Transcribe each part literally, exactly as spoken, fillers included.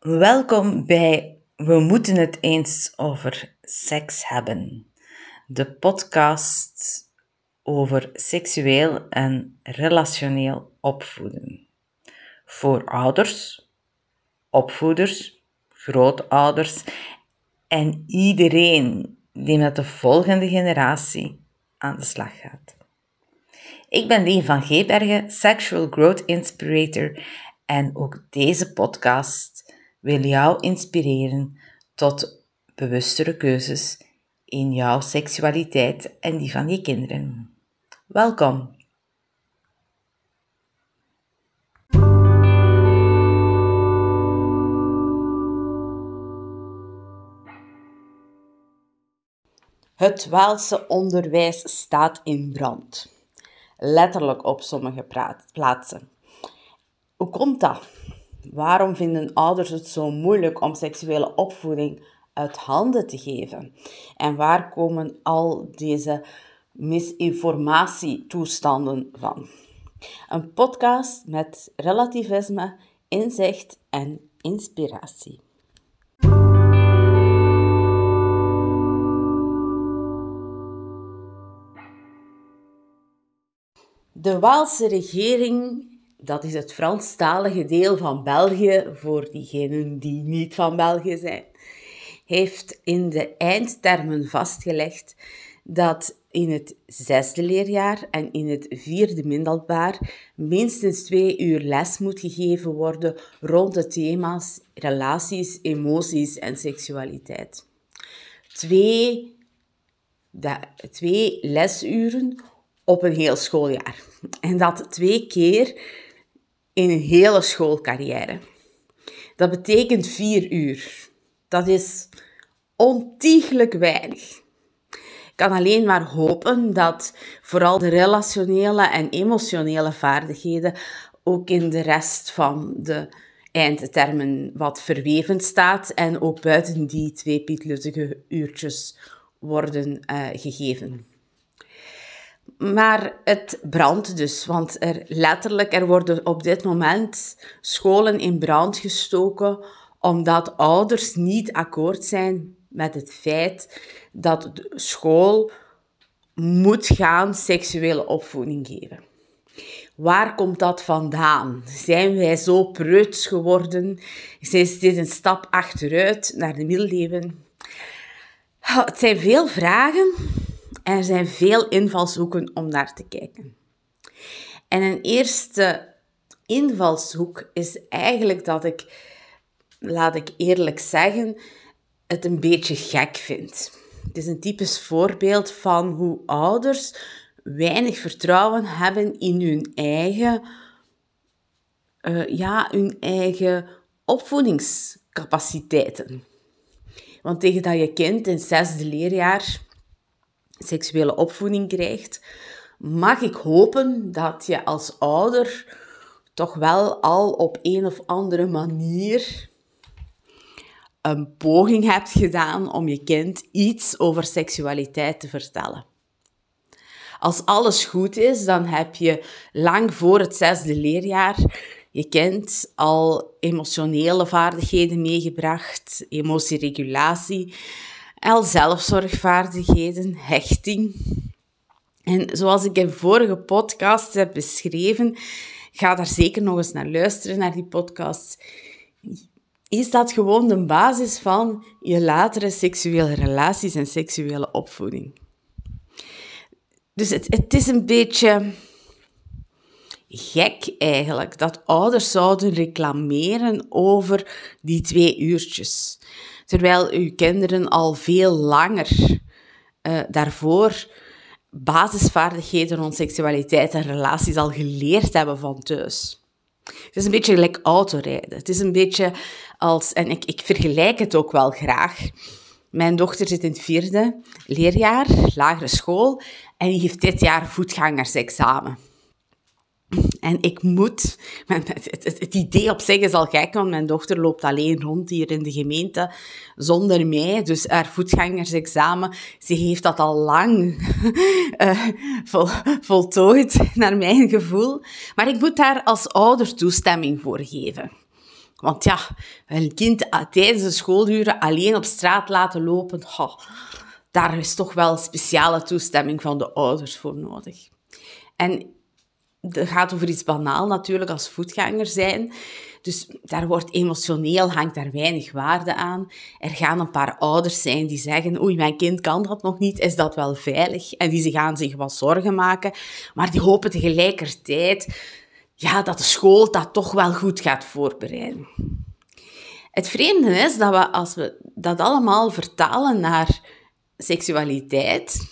Welkom bij We moeten het eens over seks hebben. De podcast over seksueel en relationeel opvoeden. Voor ouders, opvoeders, grootouders en iedereen die met de volgende generatie aan de slag gaat. Ik ben Lien van Geebergen, Sexual Growth Inspirator en ook deze podcast wil jou inspireren tot bewustere keuzes in jouw seksualiteit en die van je kinderen. Welkom! Het Waalse onderwijs staat in brand. Letterlijk op sommige plaatsen. Hoe komt dat? Waarom vinden ouders het zo moeilijk om seksuele opvoeding uit handen te geven? En waar komen al deze misinformatietoestanden van? Een podcast met relativisme, inzicht en inspiratie. De Waalse regering, dat is het Franstalige deel van België, voor diegenen die niet van België zijn, heeft in de eindtermen vastgelegd dat in het zesde leerjaar en in het vierde middelbaar minstens twee uur les moet gegeven worden rond de thema's relaties, emoties en seksualiteit. Twee, de, twee lesuren op een heel schooljaar. En dat twee keer in een hele schoolcarrière. Dat betekent vier uur. Dat is ontiegelijk weinig. Ik kan alleen maar hopen dat vooral de relationele en emotionele vaardigheden ook in de rest van de eindtermen wat verweven staat en ook buiten die twee pietluttige uurtjes worden uh, gegeven. Maar het brandt dus, want er, letterlijk, er worden op dit moment scholen in brand gestoken omdat ouders niet akkoord zijn met het feit dat de school moet gaan seksuele opvoeding geven. Waar komt dat vandaan? Zijn wij zo preuts geworden? Is dit een stap achteruit naar de middeleeuwen? Het zijn veel vragen. Er zijn veel invalshoeken om naar te kijken. En een eerste invalshoek is eigenlijk dat ik, laat ik eerlijk zeggen, het een beetje gek vind. Het is een typisch voorbeeld van hoe ouders weinig vertrouwen hebben in hun eigen, uh, ja, hun eigen opvoedingscapaciteiten. Want tegen dat je kind in het zesde leerjaar seksuele opvoeding krijgt, mag ik hopen dat je als ouder toch wel al op een of andere manier een poging hebt gedaan om je kind iets over seksualiteit te vertellen. Als alles goed is, dan heb je lang voor het zesde leerjaar je kind al emotionele vaardigheden meegebracht, emotieregulatie, al zelfzorgvaardigheden, hechting. En zoals ik in vorige podcasts heb beschreven, ga daar zeker nog eens naar luisteren, naar die podcasts. Is dat gewoon de basis van je latere seksuele relaties en seksuele opvoeding? Dus het, het is een beetje gek eigenlijk dat ouders zouden reclameren over die twee uurtjes. Terwijl uw kinderen al veel langer uh, daarvoor basisvaardigheden rond seksualiteit en relaties al geleerd hebben van thuis. Het is een beetje gelijk autorijden. Het is een beetje als, en ik, ik vergelijk het ook wel graag. Mijn dochter zit in het vierde leerjaar, lagere school, en die heeft dit jaar voetgangersexamen. En ik moet, het, het, het idee op zich is al gek, want mijn dochter loopt alleen rond hier in de gemeente zonder mij. Dus haar voetgangersexamen, ze heeft dat al lang uh, vol, voltooid, naar mijn gevoel. Maar ik moet daar als ouder toestemming voor geven. Want ja, een kind tijdens de schooluren alleen op straat laten lopen, oh, daar is toch wel speciale toestemming van de ouders voor nodig. En het gaat over iets banaal natuurlijk, als voetganger zijn. Dus daar wordt emotioneel, hangt daar weinig waarde aan. Er gaan een paar ouders zijn die zeggen, oei, mijn kind kan dat nog niet, is dat wel veilig? En die gaan zich wat zorgen maken, maar die hopen tegelijkertijd ja, dat de school dat toch wel goed gaat voorbereiden. Het vreemde is dat we, als we dat allemaal vertalen naar seksualiteit,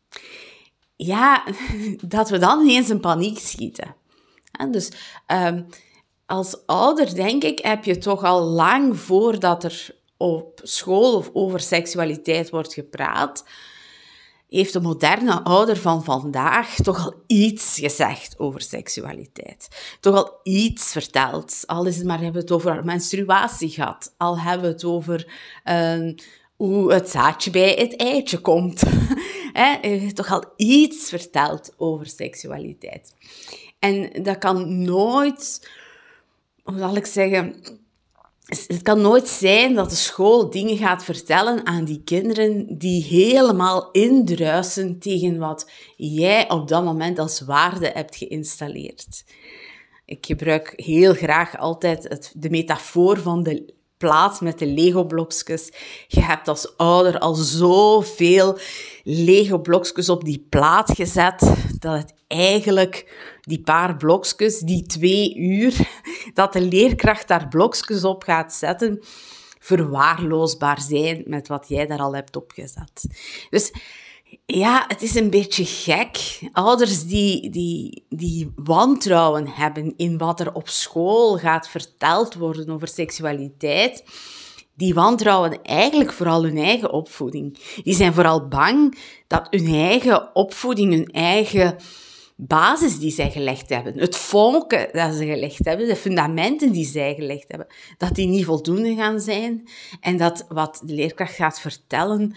ja, dat we dan ineens in paniek schieten. En dus um, als ouder, denk ik, heb je toch al lang voordat er op school of over seksualiteit wordt gepraat, heeft de moderne ouder van vandaag toch al iets gezegd over seksualiteit. Toch al iets verteld. Al is het maar, hebben we het over menstruatie gehad. Al hebben we het over uh, hoe het zaadje bij het eitje komt. He, toch al iets verteld over seksualiteit. En dat kan nooit, hoe zal ik zeggen, het kan nooit zijn dat de school dingen gaat vertellen aan die kinderen die helemaal indruisen tegen wat jij op dat moment als waarde hebt geïnstalleerd. Ik gebruik heel graag altijd het, de metafoor van de plaat met de Lego-blokjes. Je hebt als ouder al zoveel Lego-blokjes op die plaat gezet, dat het eigenlijk die paar blokjes, die twee uur, dat de leerkracht daar blokjes op gaat zetten, verwaarloosbaar zijn met wat jij daar al hebt opgezet. Dus ja, het is een beetje gek. Ouders die, die, die wantrouwen hebben in wat er op school gaat verteld worden over seksualiteit, die wantrouwen eigenlijk vooral hun eigen opvoeding. Die zijn vooral bang dat hun eigen opvoeding, hun eigen basis die zij gelegd hebben, het vonken dat ze gelegd hebben, de fundamenten die zij gelegd hebben, dat die niet voldoende gaan zijn en dat wat de leerkracht gaat vertellen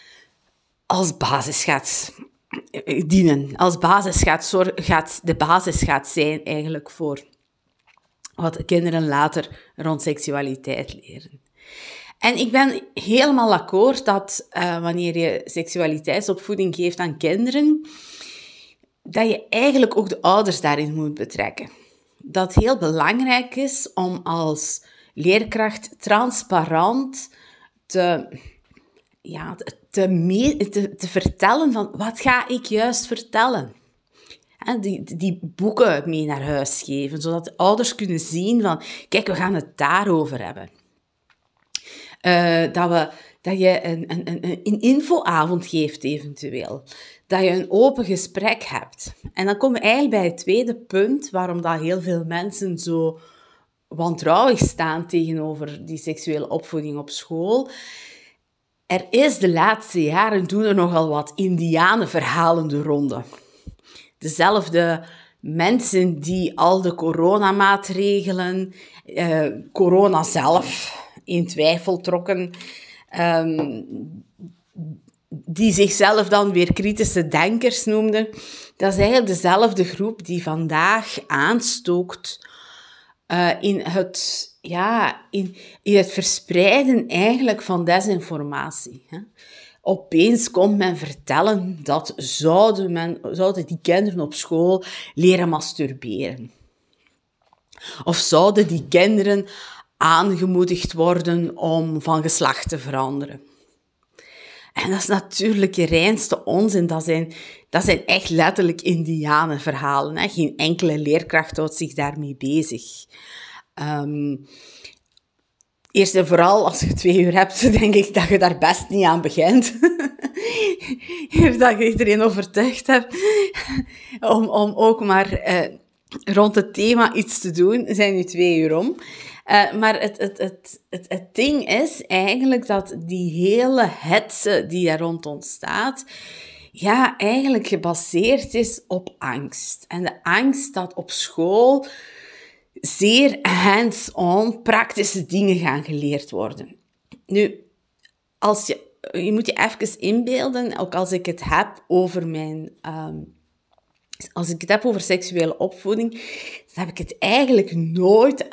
als basis gaat dienen. Als basis gaat, zorg, gaat de basis gaat zijn eigenlijk voor wat kinderen later rond seksualiteit leren. En ik ben helemaal akkoord dat uh, wanneer je seksualiteitsopvoeding geeft aan kinderen, dat je eigenlijk ook de ouders daarin moet betrekken. Dat het heel belangrijk is om als leerkracht transparant te, ja, te, mee, te, te vertellen van wat ga ik juist vertellen. En die, die boeken mee naar huis geven, zodat de ouders kunnen zien van, kijk, we gaan het daarover hebben. Uh, dat, we, dat je een, een, een, een infoavond geeft eventueel. Dat je een open gesprek hebt. En dan komen we eigenlijk bij het tweede punt waarom dat heel veel mensen zo wantrouwig staan tegenover die seksuele opvoeding op school. Er is de laatste jaren doen er nogal wat indianenverhalen de ronde. Dezelfde mensen die al de coronamaatregelen, uh, corona zelf, in twijfel trokken, um, die zichzelf dan weer kritische denkers noemden. Dat is eigenlijk dezelfde groep die vandaag aanstookt uh, in, het, ja, in, in het verspreiden eigenlijk van desinformatie. Hè. Opeens komt men vertellen dat zouden, men, zouden die kinderen op school leren masturberen. Of zouden die kinderen aangemoedigd worden om van geslacht te veranderen. En dat is natuurlijk de reinste onzin. Dat zijn, dat zijn echt letterlijk indianenverhalen. Hè. Geen enkele leerkracht houdt zich daarmee bezig. Um, eerst en vooral, als je twee uur hebt, denk ik dat je daar best niet aan begint. Dat je iedereen overtuigd hebt om, om ook maar uh, rond het thema iets te doen, zijn nu twee uur om. Uh, maar het, het, het, het, het ding is eigenlijk dat die hele hetze die er rond ontstaat, ja, eigenlijk gebaseerd is op angst. En de angst dat op school zeer hands-on praktische dingen gaan geleerd worden. Nu, als je, je moet je even inbeelden, ook als ik het heb over mijn... Um, Als ik het heb over seksuele opvoeding, dan heb ik het eigenlijk nooit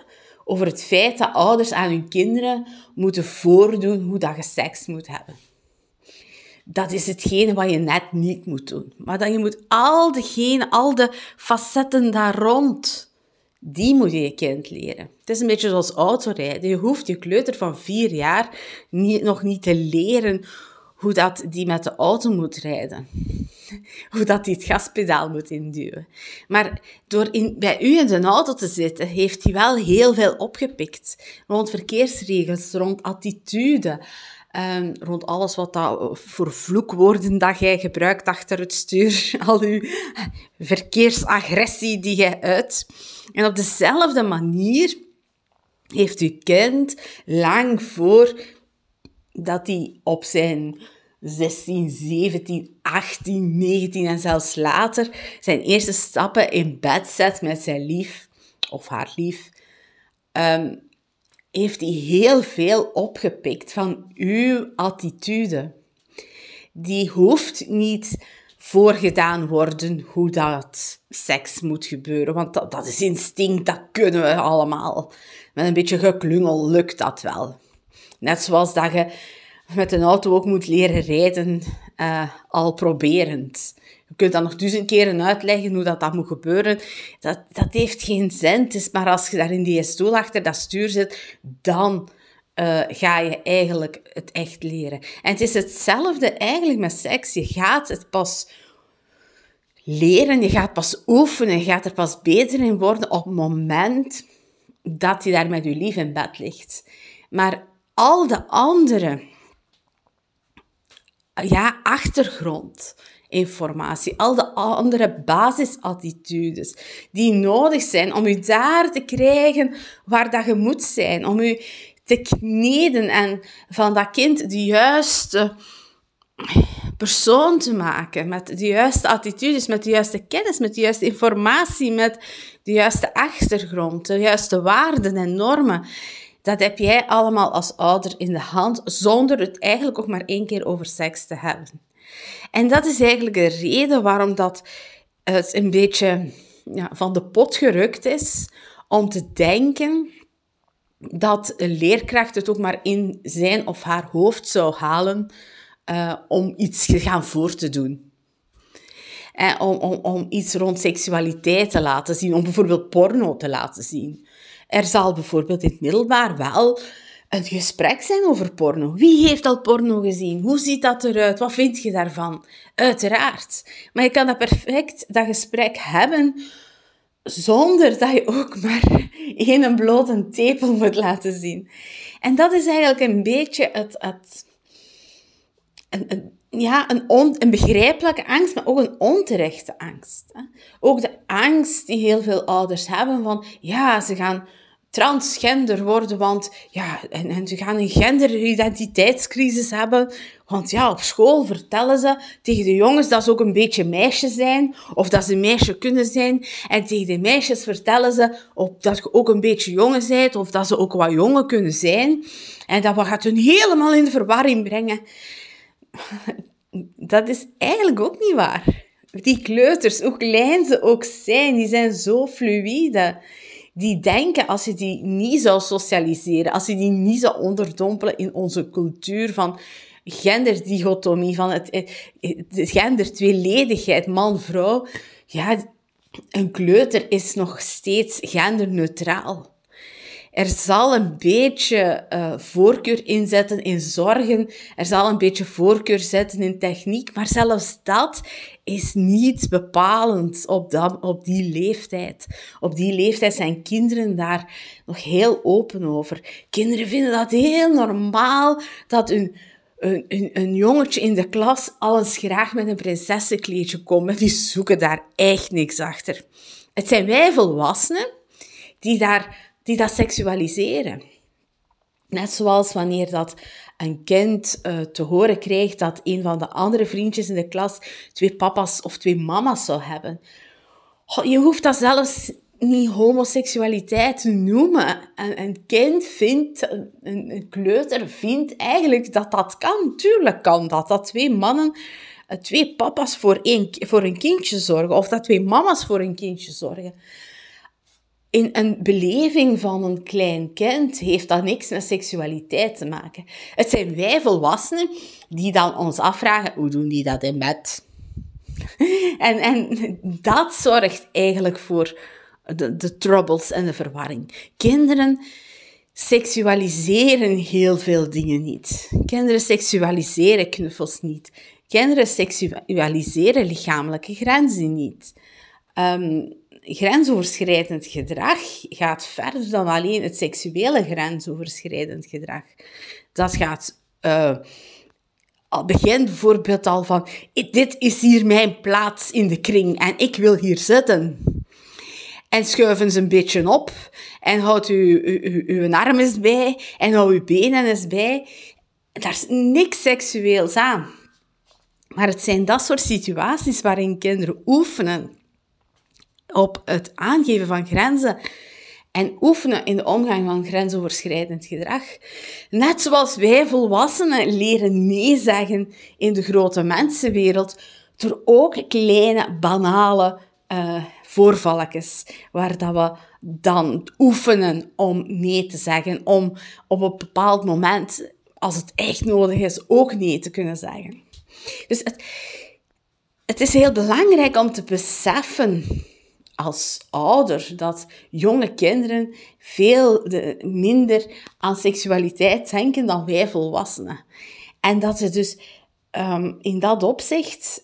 over het feit dat ouders aan hun kinderen moeten voordoen hoe dat je seks moet hebben. Dat is hetgene wat je net niet moet doen. Maar dat je moet al degene, al de facetten daar rond, die moet je je kind leren. Het is een beetje zoals autorijden. Je hoeft je kleuter van vier jaar niet, nog niet te leren hoe dat die met de auto moet rijden. Hoe dat die het gaspedaal moet induwen. Maar door in, bij u in de auto te zitten, heeft hij wel heel veel opgepikt. Rond verkeersregels, rond attitude, um, rond alles wat dat voor vloekwoorden dat jij gebruikt achter het stuur, al uw verkeersagressie die jij uit. En op dezelfde manier heeft uw kind lang voor dat hij op zijn zestien, zeventien, achttien, negentien en zelfs later zijn eerste stappen in bed zet met zijn lief, of haar lief, um, heeft hij heel veel opgepikt van uw attitude. Die hoeft niet voorgedaan worden hoe dat seks moet gebeuren, want dat, dat is instinct, dat kunnen we allemaal. Met een beetje geklungel lukt dat wel. Net zoals dat je met een auto ook moet leren rijden, uh, al proberend. Je kunt dat nog duizend keren uitleggen hoe dat, dat moet gebeuren. Dat, dat heeft geen zin. Het is maar als je daar in die stoel achter dat stuur zit, dan uh, ga je eigenlijk het echt leren. En het is hetzelfde eigenlijk met seks. Je gaat het pas leren, je gaat pas oefenen, je gaat er pas beter in worden op het moment dat je daar met je lief in bed ligt. Maar al de andere ja, achtergrondinformatie, al de andere basisattitudes die nodig zijn om je daar te krijgen waar dat je moet zijn, om je te kneden en van dat kind de juiste persoon te maken, met de juiste attitudes, met de juiste kennis, met de juiste informatie, met de juiste achtergrond, de juiste waarden en normen. Dat heb jij allemaal als ouder in de hand, zonder het eigenlijk ook maar één keer over seks te hebben. En dat is eigenlijk de reden waarom dat het een beetje ja, van de pot gerukt is om te denken dat een leerkracht het ook maar in zijn of haar hoofd zou halen uh, om iets te gaan voor te doen. En om, om, om iets rond seksualiteit te laten zien, om bijvoorbeeld porno te laten zien. Er zal bijvoorbeeld in het middelbaar wel een gesprek zijn over porno. Wie heeft al porno gezien? Hoe ziet dat eruit? Wat vind je daarvan? Uiteraard. Maar je kan dat perfect, dat gesprek hebben, zonder dat je ook maar één blote tepel moet laten zien. En dat is eigenlijk een beetje het... het een, een, ja, een, on, een begrijpelijke angst, maar ook een onterechte angst. Hè? Ook de angst die heel veel ouders hebben van... Ja, ze gaan transgender worden, want ja, en, en ze gaan een genderidentiteitscrisis hebben. Want ja, op school vertellen ze tegen de jongens dat ze ook een beetje meisje zijn, of dat ze een meisje kunnen zijn. En tegen de meisjes vertellen ze op, dat je ook een beetje jongen bent, of dat ze ook wat jongen kunnen zijn. En dat gaat hun helemaal in de verwarring brengen. Dat is eigenlijk ook niet waar. Die kleuters, hoe klein ze ook zijn, die zijn zo fluïde. Die denken, als je die niet zou socialiseren, als je die niet zou onderdompelen in onze cultuur van genderdichotomie, van het, het, het gendertweeledigheid, man-vrouw, ja, een kleuter is nog steeds genderneutraal. Er zal een beetje uh, voorkeur inzetten in zorgen. Er zal een beetje voorkeur zetten in techniek. Maar zelfs dat is niet bepalend op, dat, op die leeftijd. Op die leeftijd zijn kinderen daar nog heel open over. Kinderen vinden dat heel normaal dat een, een, een, een jongetje in de klas al eens graag met een prinsessenkleedje komt. Die zoeken daar echt niks achter. Het zijn wij volwassenen die daar... die dat seksualiseren. Net zoals wanneer dat een kind uh, te horen krijgt dat een van de andere vriendjes in de klas twee papa's of twee mama's zou hebben. Oh, je hoeft dat zelfs niet homoseksualiteit te noemen. Een, een kind vindt, een, een kleuter vindt eigenlijk dat dat kan. Tuurlijk kan dat. Dat twee mannen, twee papa's voor, één, voor een kindje zorgen. Of dat twee mama's voor een kindje zorgen. in een beleving van een klein kind heeft dat niks met seksualiteit te maken. Het zijn wij volwassenen die dan ons afvragen, hoe doen die dat in bed? En, en dat zorgt eigenlijk voor de, de troubles en de verwarring. Kinderen seksualiseren heel veel dingen niet. Kinderen seksualiseren knuffels niet. Kinderen seksualiseren lichamelijke grenzen niet. Um, grensoverschrijdend gedrag gaat verder dan alleen het seksuele grensoverschrijdend gedrag. Dat gaat... Uh, al begint bijvoorbeeld al van, dit is hier mijn plaats in de kring en ik wil hier zitten. En schuif eens een beetje op en houd uw, uw, uw arm eens bij en hou uw benen eens bij. Daar is niks seksueels aan. Maar het zijn dat soort situaties waarin kinderen oefenen op het aangeven van grenzen en oefenen in de omgang van grensoverschrijdend gedrag. Net zoals wij volwassenen leren nee zeggen in de grote mensenwereld, door ook kleine, banale uh, voorvalletjes, waar dat we dan oefenen om nee te zeggen, om op een bepaald moment, als het echt nodig is, ook nee te kunnen zeggen. Dus het, het is heel belangrijk om te beseffen als ouder dat jonge kinderen veel de, minder aan seksualiteit denken dan wij volwassenen. En dat ze dus um, in dat opzicht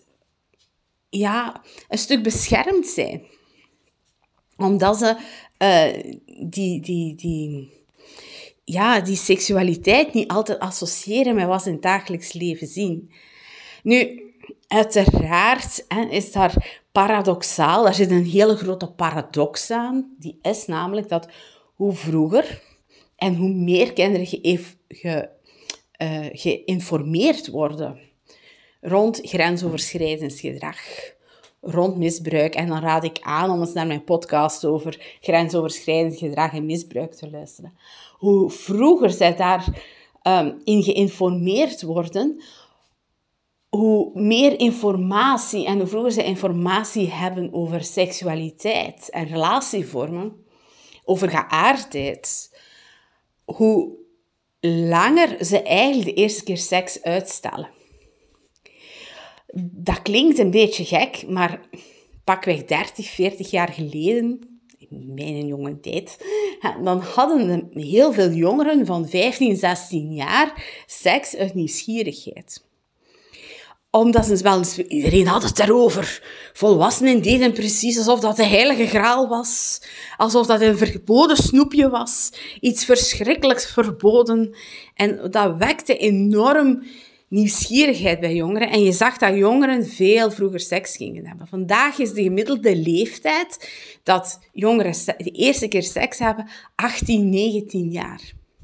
ja, een stuk beschermd zijn. Omdat ze uh, die, die, die, ja, die seksualiteit niet altijd associëren met wat ze in het dagelijks leven zien. Nu, uiteraard hè, is daar paradoxaal, daar zit een hele grote paradox aan. Die is namelijk dat hoe vroeger en hoe meer kinderen ge, ge, uh, geïnformeerd worden rond grensoverschrijdend gedrag, rond misbruik. En dan raad ik aan om eens naar mijn podcast over grensoverschrijdend gedrag en misbruik te luisteren. Hoe vroeger zij daarin um, geïnformeerd worden, hoe meer informatie en hoe vroeger ze informatie hebben over seksualiteit en relatievormen, over geaardheid, hoe langer ze eigenlijk de eerste keer seks uitstellen. Dat klinkt een beetje gek, maar pakweg dertig, veertig jaar geleden, in mijn jonge tijd, dan hadden heel veel jongeren van vijftien, zestien jaar seks uit nieuwsgierigheid. Omdat ze wel eens, iedereen had het erover. Volwassenen deden precies alsof dat de heilige graal was. Alsof dat een verboden snoepje was. Iets verschrikkelijks verboden. En dat wekte enorm nieuwsgierigheid bij jongeren. En je zag dat jongeren veel vroeger seks gingen hebben. Vandaag is de gemiddelde leeftijd dat jongeren de eerste keer seks hebben achttien, negentien jaar.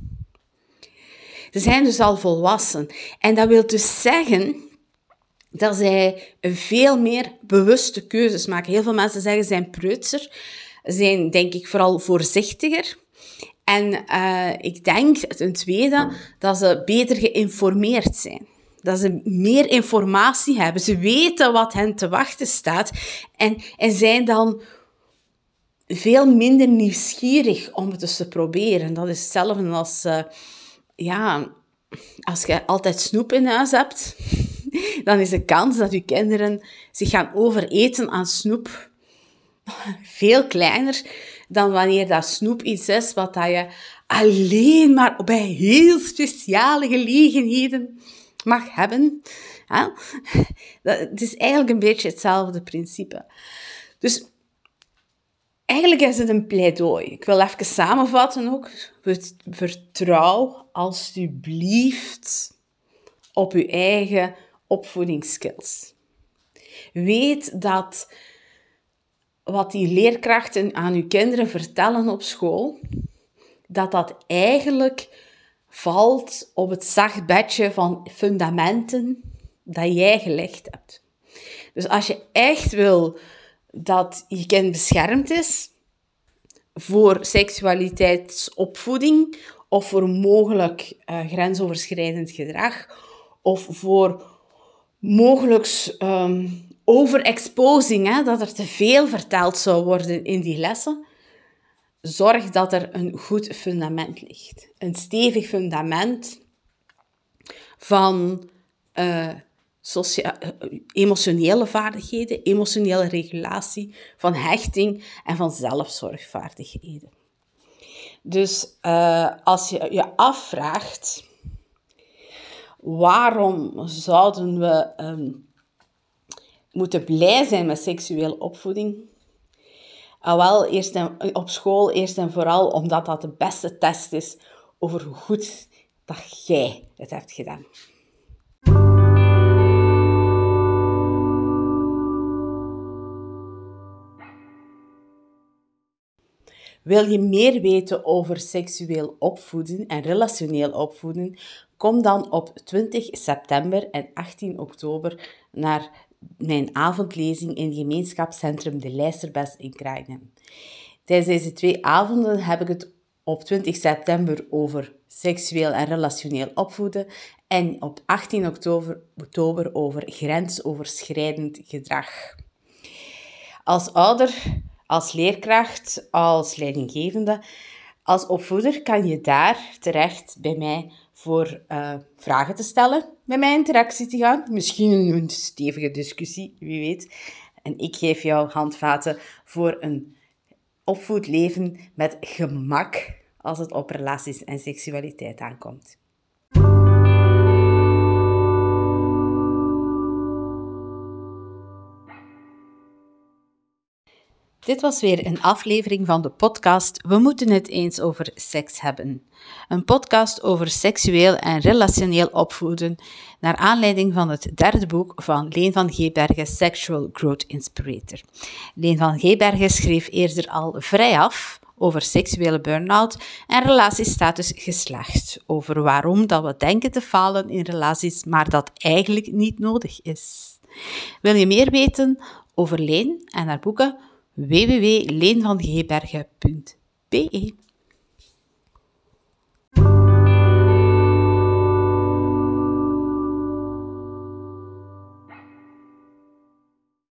Ze zijn dus al volwassen. En dat wil dus zeggen dat zij veel meer bewuste keuzes maken. Heel veel mensen zeggen, ze zijn preutser, zijn denk ik vooral voorzichtiger. En uh, ik denk, ten tweede, dat ze beter geïnformeerd zijn. Dat ze meer informatie hebben. Ze weten wat hen te wachten staat. En, en zijn dan veel minder nieuwsgierig om het dus te proberen. Dat is hetzelfde als, uh, ja, als je altijd snoep in huis hebt, dan is de kans dat je kinderen zich gaan overeten aan snoep veel kleiner dan wanneer dat snoep iets is wat dat je alleen maar bij heel speciale gelegenheden mag hebben. Ja? Het is eigenlijk een beetje hetzelfde principe. Dus eigenlijk is het een pleidooi. Ik wil even samenvatten ook. Vertrouw alsjeblieft op je eigen opvoedingsskills. Weet dat wat die leerkrachten aan uw kinderen vertellen op school, dat dat eigenlijk valt op het zacht bedje van fundamenten dat jij gelegd hebt. Dus als je echt wil dat je kind beschermd is voor seksualiteitsopvoeding of voor mogelijk uh, grensoverschrijdend gedrag of voor mogelijk um, overexposing, hè, dat er te veel verteld zou worden in die lessen, zorg dat er een goed fundament ligt. Een stevig fundament van uh, socia- uh, emotionele vaardigheden, emotionele regulatie, van hechting en van zelfzorgvaardigheden. Dus uh, als je je afvraagt, waarom zouden we um, moeten blij zijn met seksuele opvoeding? Uh, wel, eerst en, op school eerst en vooral omdat dat de beste test is over hoe goed dat jij het hebt gedaan. Wil je meer weten over seksueel opvoeden en relationeel opvoeden? Kom dan op twintig september en achttien oktober naar mijn avondlezing in het gemeenschapscentrum De Lijsterbes in Kruinen. Tijdens deze twee avonden heb ik het op twintig september over seksueel en relationeel opvoeden en op achttien oktober over grensoverschrijdend gedrag. Als ouder, als leerkracht, als leidinggevende, als opvoeder kan je daar terecht bij mij voor uh, vragen te stellen, met mij in interactie te gaan. Misschien een stevige discussie, wie weet. En ik geef jou handvaten voor een opvoedleven met gemak als het op relaties en seksualiteit aankomt. Dit was weer een aflevering van de podcast We moeten het eens over seks hebben. Een podcast over seksueel en relationeel opvoeden, naar aanleiding van het derde boek van Leen van Geebergen, Sexual Growth Inspirator. Leen van Geebergen schreef eerder al vrijaf over seksuele burn-out en relatiestatus geslacht, over waarom dat we denken te falen in relaties, maar dat eigenlijk niet nodig is. Wil je meer weten over Leen en haar boeken? w w w punt leen van geebergen punt b e